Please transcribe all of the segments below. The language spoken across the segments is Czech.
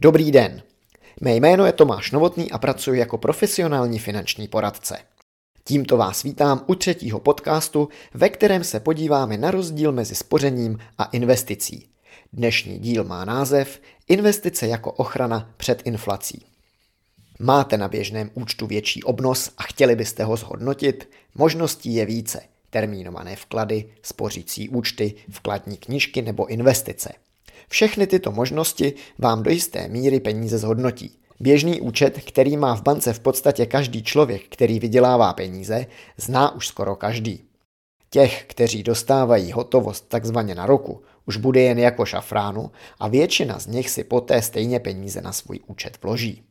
Dobrý den. Mé jméno je Tomáš Novotný a pracuji jako profesionální finanční poradce. Tímto vás vítám u 3. podcastu, ve kterém se podíváme na rozdíl mezi spořením a investicí. Dnešní díl má název Investice jako ochrana před inflací. Máte na běžném účtu větší obnos a chtěli byste ho zhodnotit? Možností je více. Termínované vklady, spořící účty, vkladní knížky nebo investice. Všechny tyto možnosti vám do jisté míry peníze zhodnotí. Běžný účet, který má v bance v podstatě každý člověk, který vydělává peníze, zná už skoro každý. Těch, kteří dostávají hotovost takzvaně na ruku, už bude jen jako šafránu a většina z nich si poté stejně peníze na svůj účet vloží.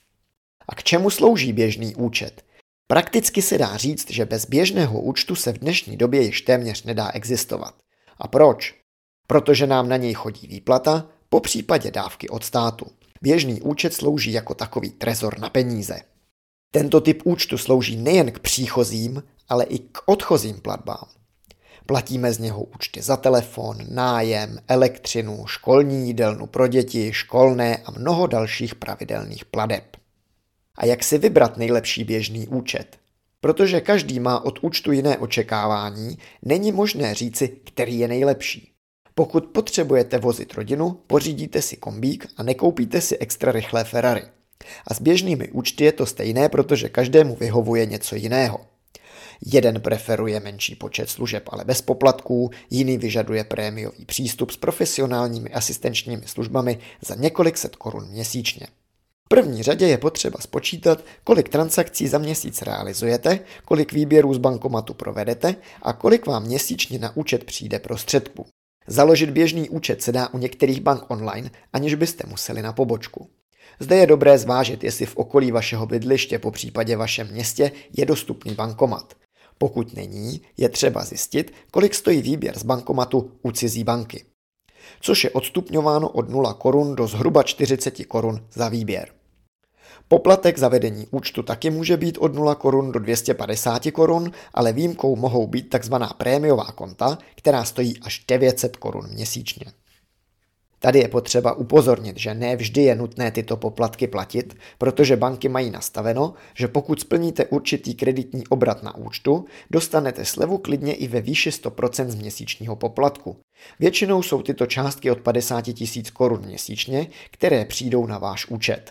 A k čemu slouží běžný účet? Prakticky se dá říct, že bez běžného účtu se v dnešní době již téměř nedá existovat. A proč? Protože nám na něj chodí výplata, popřípadě dávky od státu. Běžný účet slouží jako takový trezor na peníze. Tento typ účtu slouží nejen k příchozím, ale i k odchozím platbám. Platíme z něho účty za telefon, nájem, elektřinu, školní jídelnu pro děti, školné a mnoho dalších pravidelných plateb. A jak si vybrat nejlepší běžný účet? Protože každý má od účtu jiné očekávání, není možné říci, který je nejlepší. Pokud potřebujete vozit rodinu, pořídíte si kombík a nekoupíte si extra rychlé Ferrari. A s běžnými účty je to stejné, protože každému vyhovuje něco jiného. Jeden preferuje menší počet služeb, ale bez poplatků, jiný vyžaduje prémiový přístup s profesionálními asistenčními službami za několik set korun měsíčně. V první řadě je potřeba spočítat, kolik transakcí za měsíc realizujete, kolik výběrů z bankomatu provedete a kolik vám měsíčně na účet přijde prostředků. Založit běžný účet se dá u některých bank online, aniž byste museli na pobočku. Zde je dobré zvážit, jestli v okolí vašeho bydliště, popřípadě vašem městě, je dostupný bankomat. Pokud není, je třeba zjistit, kolik stojí výběr z bankomatu u cizí banky. Což je odstupňováno od 0 korun do zhruba 40 korun za výběr. Poplatek za vedení účtu taky může být od 0 korun do 250 korun, ale výjimkou mohou být tzv. Prémiová konta, která stojí až 900 korun měsíčně. Tady je potřeba upozornit, že ne vždy je nutné tyto poplatky platit, protože banky mají nastaveno, že pokud splníte určitý kreditní obrat na účtu, dostanete slevu klidně i ve výši 100% z měsíčního poplatku. Většinou jsou tyto částky od 50 000 korun měsíčně, které přijdou na váš účet.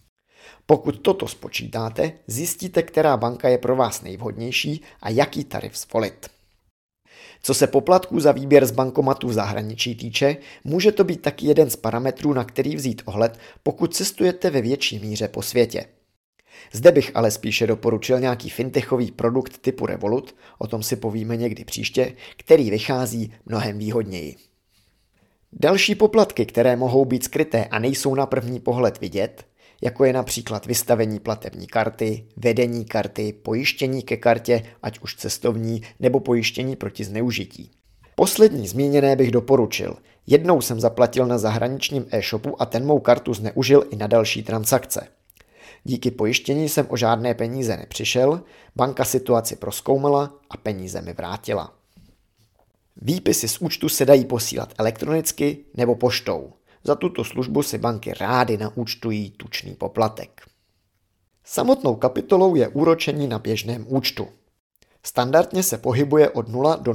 Pokud toto spočítáte, zjistíte, která banka je pro vás nejvhodnější a jaký tarif zvolit. Co se poplatků za výběr z bankomatu v zahraničí týče, může to být taky jeden z parametrů, na který vzít ohled, pokud cestujete ve větší míře po světě. Zde bych ale spíše doporučil nějaký fintechový produkt typu Revolut, o tom si povíme někdy příště, který vychází mnohem výhodněji. Další poplatky, které mohou být skryté a nejsou na první pohled vidět, jako je například vystavení platební karty, vedení karty, pojištění ke kartě, ať už cestovní, nebo pojištění proti zneužití. Poslední zmíněné bych doporučil. Jednou jsem zaplatil na zahraničním e-shopu a ten mou kartu zneužil i na další transakce. Díky pojištění jsem o žádné peníze nepřišel, banka situaci prozkoumala a peníze mi vrátila. Výpisy z účtu se dají posílat elektronicky nebo poštou. Za tuto službu si banky rády naúčtují tučný poplatek. Samotnou kapitolou je úročení na běžném účtu. Standardně se pohybuje od 0 do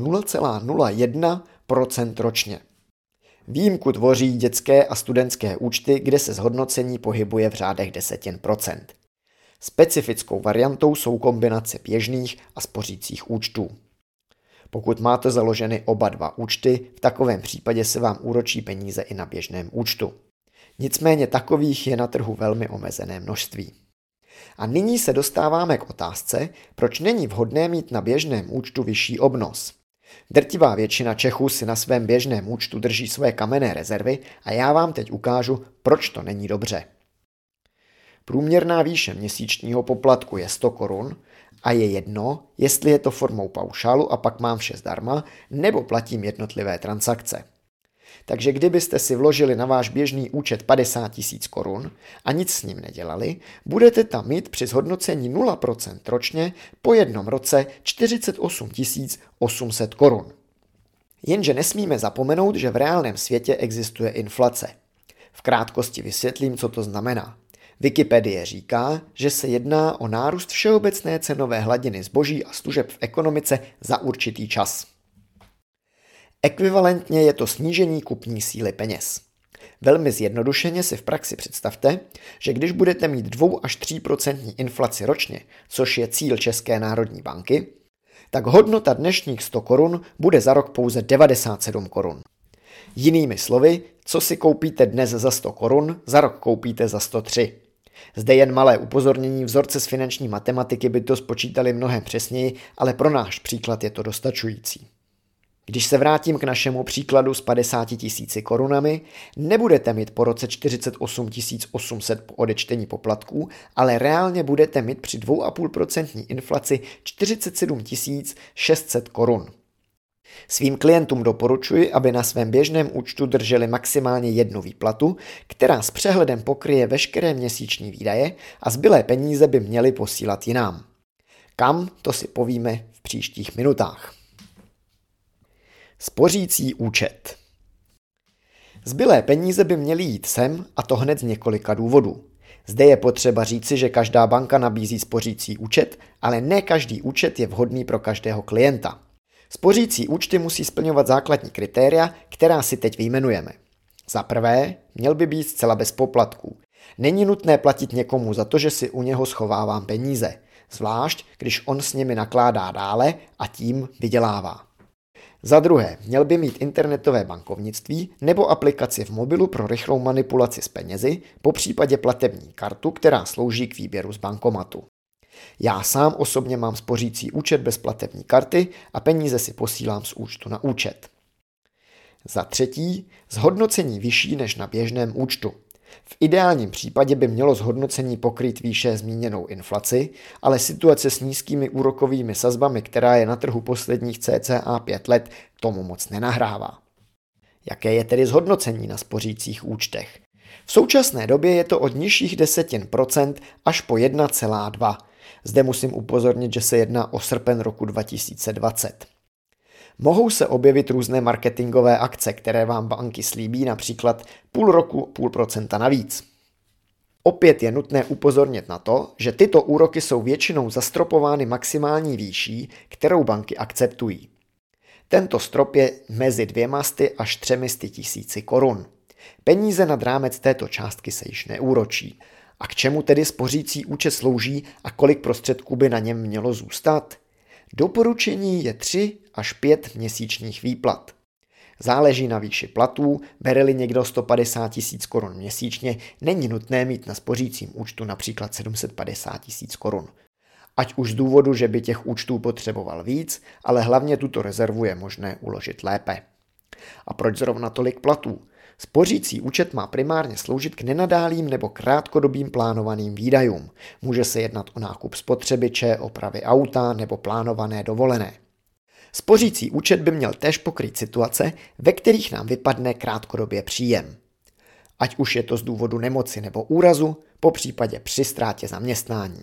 0,01% ročně. Výjimku tvoří dětské a studentské účty, kde se zhodnocení pohybuje v řádech 10%. Specifickou variantou jsou kombinace běžných a spořících účtů. Pokud máte založeny oba dva účty, v takovém případě se vám úročí peníze i na běžném účtu. Nicméně takových je na trhu velmi omezené množství. A nyní se dostáváme k otázce, proč není vhodné mít na běžném účtu vyšší obnos. Drtivá většina Čechů si na svém běžném účtu drží svoje kamenné rezervy a já vám teď ukážu, proč to není dobře. Průměrná výše měsíčního poplatku je 100 korun a je jedno, jestli je to formou paušálu a pak mám vše zdarma, nebo platím jednotlivé transakce. Takže kdybyste si vložili na váš běžný účet 50 000 korun a nic s ním nedělali, budete tam mít při zhodnocení 0% ročně po jednom roce 48 800 korun. Jenže nesmíme zapomenout, že v reálném světě existuje inflace. V krátkosti vysvětlím, co to znamená. Wikipedie říká, že se jedná o nárůst všeobecné cenové hladiny zboží a služeb v ekonomice za určitý čas. Ekvivalentně je to snížení kupní síly peněz. Velmi zjednodušeně si v praxi představte, že když budete mít 2 až 3% inflaci ročně, což je cíl České národní banky, tak hodnota dnešních 100 korun bude za rok pouze 97 korun. Jinými slovy, co si koupíte dnes za 100 korun, za rok koupíte za 103. Zde jen malé upozornění, vzorce z finanční matematiky by to spočítali mnohem přesněji, ale pro náš příklad je to dostačující. Když se vrátím k našemu příkladu s 50 000 korunami, nebudete mít po roce 48 800 po odečtení poplatků, ale reálně budete mít při 2,5% inflaci 47 600 korun. Svým klientům doporučuji, aby na svém běžném účtu drželi maximálně jednu výplatu, která s přehledem pokryje veškeré měsíční výdaje a zbylé peníze by měli posílat jinam. Kam, to si povíme v příštích minutách. Spořící účet. Zbylé peníze by měly jít sem, a to hned z několika důvodů. Zde je potřeba říci, že každá banka nabízí spořící účet, ale ne každý účet je vhodný pro každého klienta. Spořící účty musí splňovat základní kritéria, která si teď vyjmenujeme. Za prvé, měl by být zcela bez poplatků. Není nutné platit někomu za to, že si u něho schovávám peníze, zvlášť když on s nimi nakládá dále a tím vydělává. Za druhé, měl by mít internetové bankovnictví nebo aplikaci v mobilu pro rychlou manipulaci s penězi, popřípadě platební kartu, která slouží k výběru z bankomatu. Já sám osobně mám spořící účet bez platební karty a peníze si posílám z účtu na účet. Za třetí, zhodnocení vyšší než na běžném účtu. V ideálním případě by mělo zhodnocení pokrýt výše zmíněnou inflaci, ale situace s nízkými úrokovými sazbami, která je na trhu posledních cca 5 let, tomu moc nenahrává. Jaké je tedy zhodnocení na spořících účtech? V současné době je to od nižších 10% až po 1,2. Zde musím upozornit, že se jedná o srpen roku 2020. Mohou se objevit různé marketingové akce, které vám banky slíbí, například půl roku 0,5% navíc. Opět je nutné upozornit na to, že tyto úroky jsou většinou zastropovány maximální výší, kterou banky akceptují. Tento strop je mezi 200 až 300 tisíci korun. Peníze nad rámec této částky se již neúročí. A k čemu tedy spořící účet slouží a kolik prostředků by na něm mělo zůstat? Doporučení je 3 až 5 měsíčních výplat. Záleží na výši platů, bere-li někdo 150 tisíc korun měsíčně, není nutné mít na spořícím účtu například 750 tisíc korun. Ať už z důvodu, že by těch účtů potřeboval víc, ale hlavně tuto rezervu je možné uložit lépe. A proč zrovna tolik platů? Spořící účet má primárně sloužit k nenadálým nebo krátkodobým plánovaným výdajům. Může se jednat o nákup spotřebiče, opravy auta nebo plánované dovolené. Spořící účet by měl též pokrýt situace, ve kterých nám vypadne krátkodobě příjem. Ať už je to z důvodu nemoci nebo úrazu, popřípadě při ztrátě zaměstnání.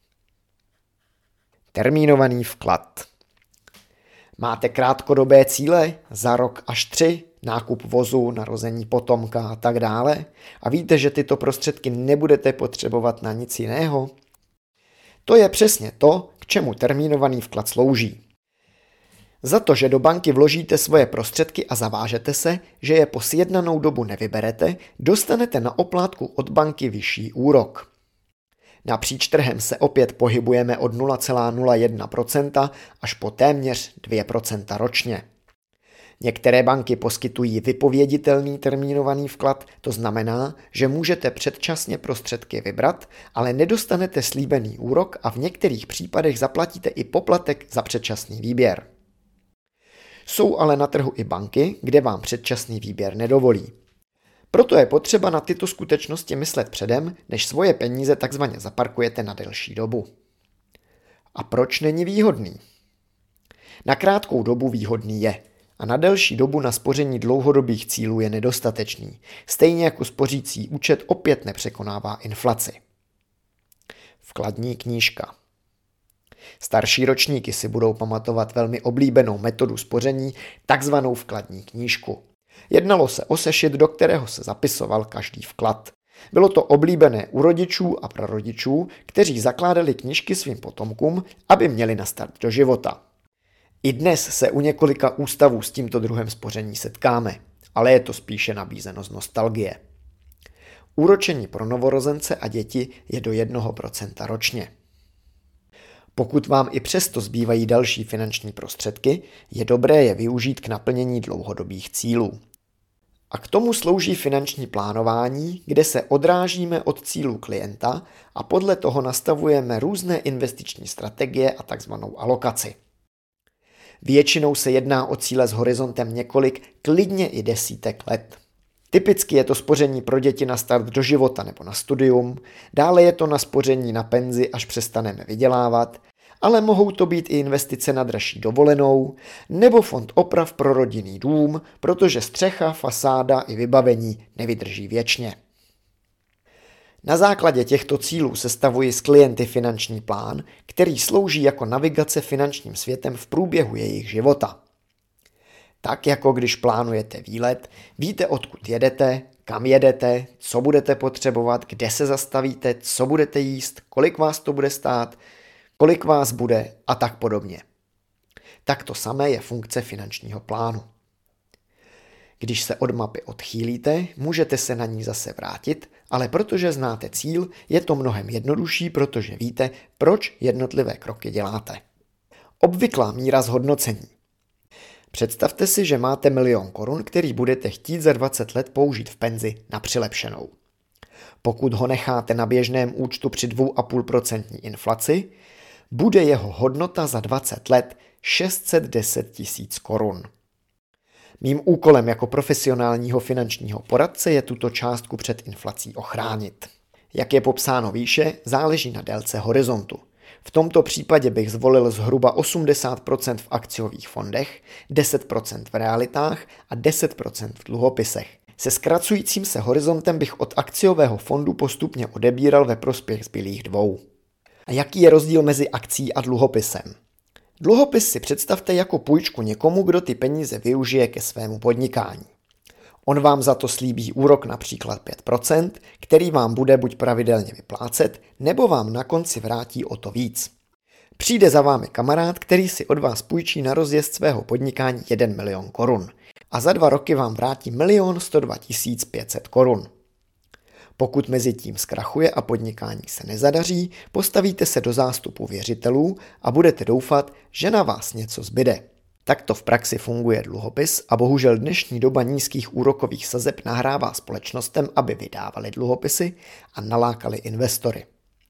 Termínovaný vklad. Máte krátkodobé cíle za rok až 3, nákup vozu, narození potomka a tak dále a víte, že tyto prostředky nebudete potřebovat na nic jiného? To je přesně to, k čemu termínovaný vklad slouží. Za to, že do banky vložíte svoje prostředky a zavážete se, že je po sjednanou dobu nevyberete, dostanete na oplátku od banky vyšší úrok. Napříč trhem se opět pohybujeme od 0,01% až po téměř 2% ročně. Některé banky poskytují vypověditelný termínovaný vklad, to znamená, že můžete předčasně prostředky vybrat, ale nedostanete slíbený úrok a v některých případech zaplatíte i poplatek za předčasný výběr. Jsou ale na trhu i banky, kde vám předčasný výběr nedovolí. Proto je potřeba na tyto skutečnosti myslet předem, než svoje peníze takzvaně zaparkujete na delší dobu. A proč není výhodný? Na krátkou dobu výhodný je, a na delší dobu na spoření dlouhodobých cílů je nedostatečný, stejně jako spořící účet opět nepřekonává inflaci. Vkladní knížka. Starší ročníky si budou pamatovat velmi oblíbenou metodu spoření, takzvanou vkladní knížku. Jednalo se o sešit, do kterého se zapisoval každý vklad. Bylo to oblíbené u rodičů a prarodičů, kteří zakládali knížky svým potomkům, aby měli na start do života. I dnes se u několika ústavů s tímto druhem spoření setkáme, ale je to spíše nabízeno z nostalgie. Úročení pro novorozence a děti je do 1% ročně. Pokud vám i přesto zbývají další finanční prostředky, je dobré je využít k naplnění dlouhodobých cílů. A k tomu slouží finanční plánování, kde se odrážíme od cílů klienta a podle toho nastavujeme různé investiční strategie a takzvanou alokaci. Většinou se jedná o cíle s horizontem několik, klidně i desítek let. Typicky je to spoření pro děti na start do života nebo na studium, dále je to na spoření na penzi, až přestaneme vydělávat, ale mohou to být i investice na dražší dovolenou, nebo fond oprav pro rodinný dům, protože střecha, fasáda i vybavení nevydrží věčně. Na základě těchto cílů sestavuji s klienty finanční plán, který slouží jako navigace finančním světem v průběhu jejich života. Tak jako když plánujete výlet, víte, odkud jedete, kam jedete, co budete potřebovat, kde se zastavíte, co budete jíst, kolik vás to bude stát, kolik vás bude a tak podobně. Tak to samé je funkce finančního plánu. Když se od mapy odchýlíte, můžete se na ní zase vrátit, ale protože znáte cíl, je to mnohem jednodušší, protože víte, proč jednotlivé kroky děláte. Obvyklá míra zhodnocení. Představte si, že máte 1 000 000 korun, který budete chtít za 20 let použít v penzi na přilepšenou. Pokud ho necháte na běžném účtu při 2,5% inflaci, bude jeho hodnota za 20 let 610 000 korun. Mým úkolem jako profesionálního finančního poradce je tuto částku před inflací ochránit. Jak je popsáno výše, záleží na délce horizontu. V tomto případě bych zvolil zhruba 80% v akciových fondech, 10% v realitách a 10% v dluhopisech. Se zkracujícím se horizontem bych od akciového fondu postupně odebíral ve prospěch zbylých 2. A jaký je rozdíl mezi akcí a dluhopisem? Dluhopis si představte jako půjčku někomu, kdo ty peníze využije ke svému podnikání. On vám za to slíbí úrok například 5%, který vám bude buď pravidelně vyplácet, nebo vám na konci vrátí o to víc. Přijde za vámi kamarád, který si od vás půjčí na rozjezd svého podnikání 1 000 000 korun a za 2 roky vám vrátí 1 102 500 korun. Pokud mezi tím zkrachuje a podnikání se nezadaří, postavíte se do zástupu věřitelů a budete doufat, že na vás něco zbyde. Takto v praxi funguje dluhopis a bohužel dnešní doba nízkých úrokových sazeb nahrává společnostem, aby vydávali dluhopisy a nalákali investory.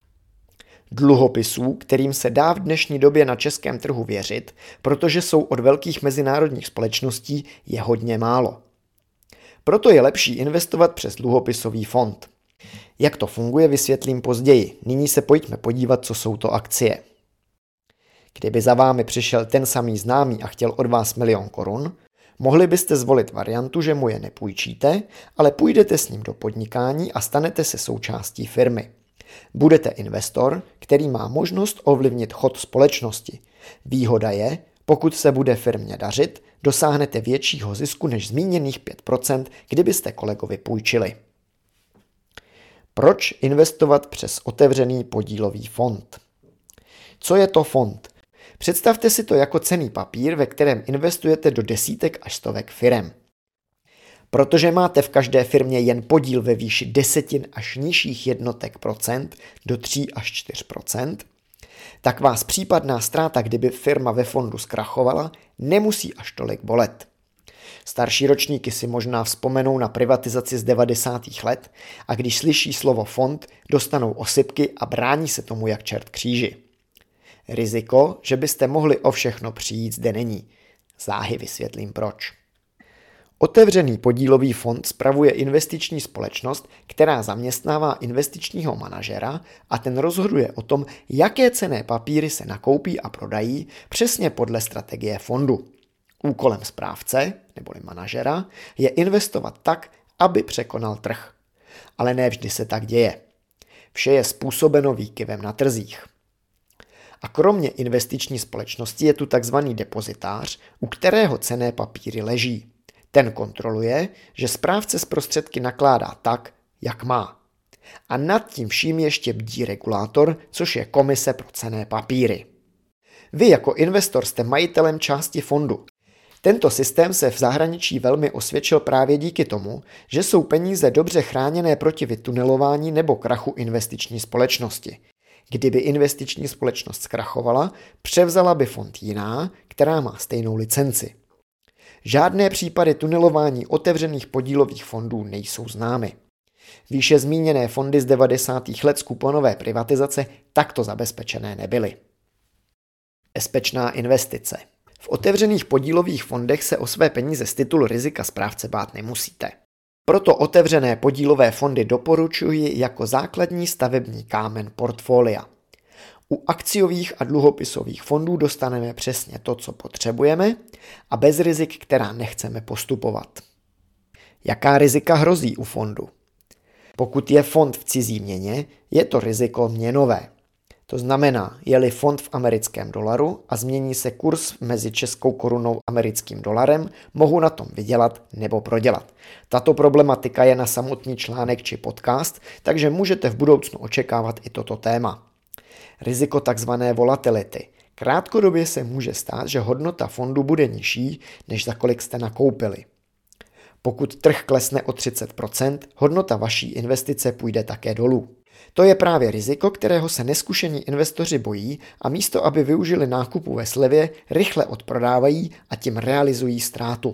Dluhopisů, kterým se dá v dnešní době na českém trhu věřit, protože jsou od velkých mezinárodních společností, je hodně málo. Proto je lepší investovat přes dluhopisový fond. Jak to funguje, vysvětlím později. Nyní se pojďme podívat, co jsou to akcie. Kdyby za vámi přišel ten samý známý a chtěl od vás 1 000 000 korun, mohli byste zvolit variantu, že mu je nepůjčíte, ale půjdete s ním do podnikání a stanete se součástí firmy. Budete investor, který má možnost ovlivnit chod společnosti. Výhoda je, pokud se bude firmě dařit, dosáhnete většího zisku než zmíněných 5%, kdybyste kolegovi půjčili. Proč investovat přes otevřený podílový fond? Co je to fond? Představte si to jako cenný papír, ve kterém investujete do desítek až stovek firem. Protože máte v každé firmě jen podíl ve výši desetin až nižších jednotek procent do 3 až 4%, tak vás případná ztráta, kdyby firma ve fondu zkrachovala, nemusí až tolik bolet. Starší ročníky si možná vzpomenou na privatizaci z 90. let a když slyší slovo fond, dostanou osypky a brání se tomu jak čert kříži. Riziko, že byste mohli o všechno přijít, zde není. Záhy vysvětlím proč. Otevřený podílový fond spravuje investiční společnost, která zaměstnává investičního manažera a ten rozhoduje o tom, jaké cenné papíry se nakoupí a prodají přesně podle strategie fondu. Úkolem správce, neboli manažera, je investovat tak, aby překonal trh. Ale ne vždy se tak děje. Vše je způsobeno výkyvem na trzích. A kromě investiční společnosti je tu tzv. Depozitář, u kterého cenné papíry leží. Ten kontroluje, že správce s prostředky nakládá tak, jak má. A nad tím vším ještě bdí regulátor, což je Komise pro cenné papíry. Vy jako investor jste majitelem části fondu. Tento systém se v zahraničí velmi osvědčil právě díky tomu, že jsou peníze dobře chráněné proti vytunelování nebo krachu investiční společnosti. Kdyby investiční společnost zkrachovala, převzala by fond jiná, která má stejnou licenci. Žádné případy tunelování otevřených podílových fondů nejsou známy. Výše zmíněné fondy z 90. let z kuponové privatizace takto zabezpečené nebyly. Bezpečná investice. V otevřených podílových fondech se o své peníze z titulu rizika správce bát nemusíte. Proto otevřené podílové fondy doporučuji jako základní stavební kámen portfolia. U akciových a dluhopisových fondů dostaneme přesně to, co potřebujeme a bez rizik, která nechceme postupovat. Jaká rizika hrozí u fondu? Pokud je fond v cizí měně, je to riziko měnové. To znamená, je-li fond v americkém dolaru a změní se kurz mezi českou korunou a americkým dolarem, mohu na tom vydělat nebo prodělat. Tato problematika je na samotný článek či podcast, takže můžete v budoucnu očekávat i toto téma. Riziko tzv. Volatility. Krátkodobě se může stát, že hodnota fondu bude nižší, než za kolik jste nakoupili. Pokud trh klesne o 30%, hodnota vaší investice půjde také dolů. To je právě riziko, kterého se neskušení investoři bojí a místo, aby využili nákupu ve slevě, rychle odprodávají a tím realizují ztrátu.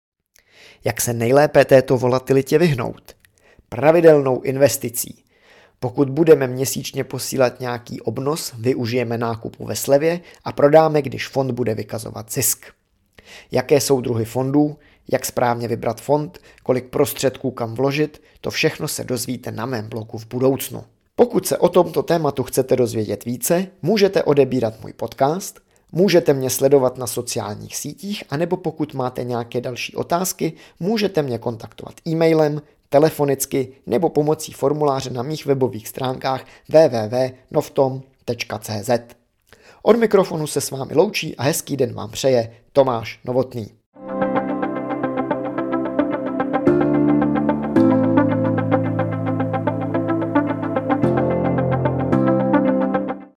Jak se nejlépe této volatilitě vyhnout? Pravidelnou investicí. Pokud budeme měsíčně posílat nějaký obnos, využijeme nákupu ve slevě a prodáme, když fond bude vykazovat zisk. Jaké jsou druhy fondů, jak správně vybrat fond, kolik prostředků kam vložit, to všechno se dozvíte na mém blogu v budoucnu. Pokud se o tomto tématu chcete dozvědět více, můžete odebírat můj podcast, můžete mě sledovat na sociálních sítích, anebo pokud máte nějaké další otázky, můžete mě kontaktovat e-mailem, telefonicky nebo pomocí formuláře na mých webových stránkách www.novtom.cz. Od mikrofonu se s vámi loučí a hezký den vám přeje Tomáš Novotný.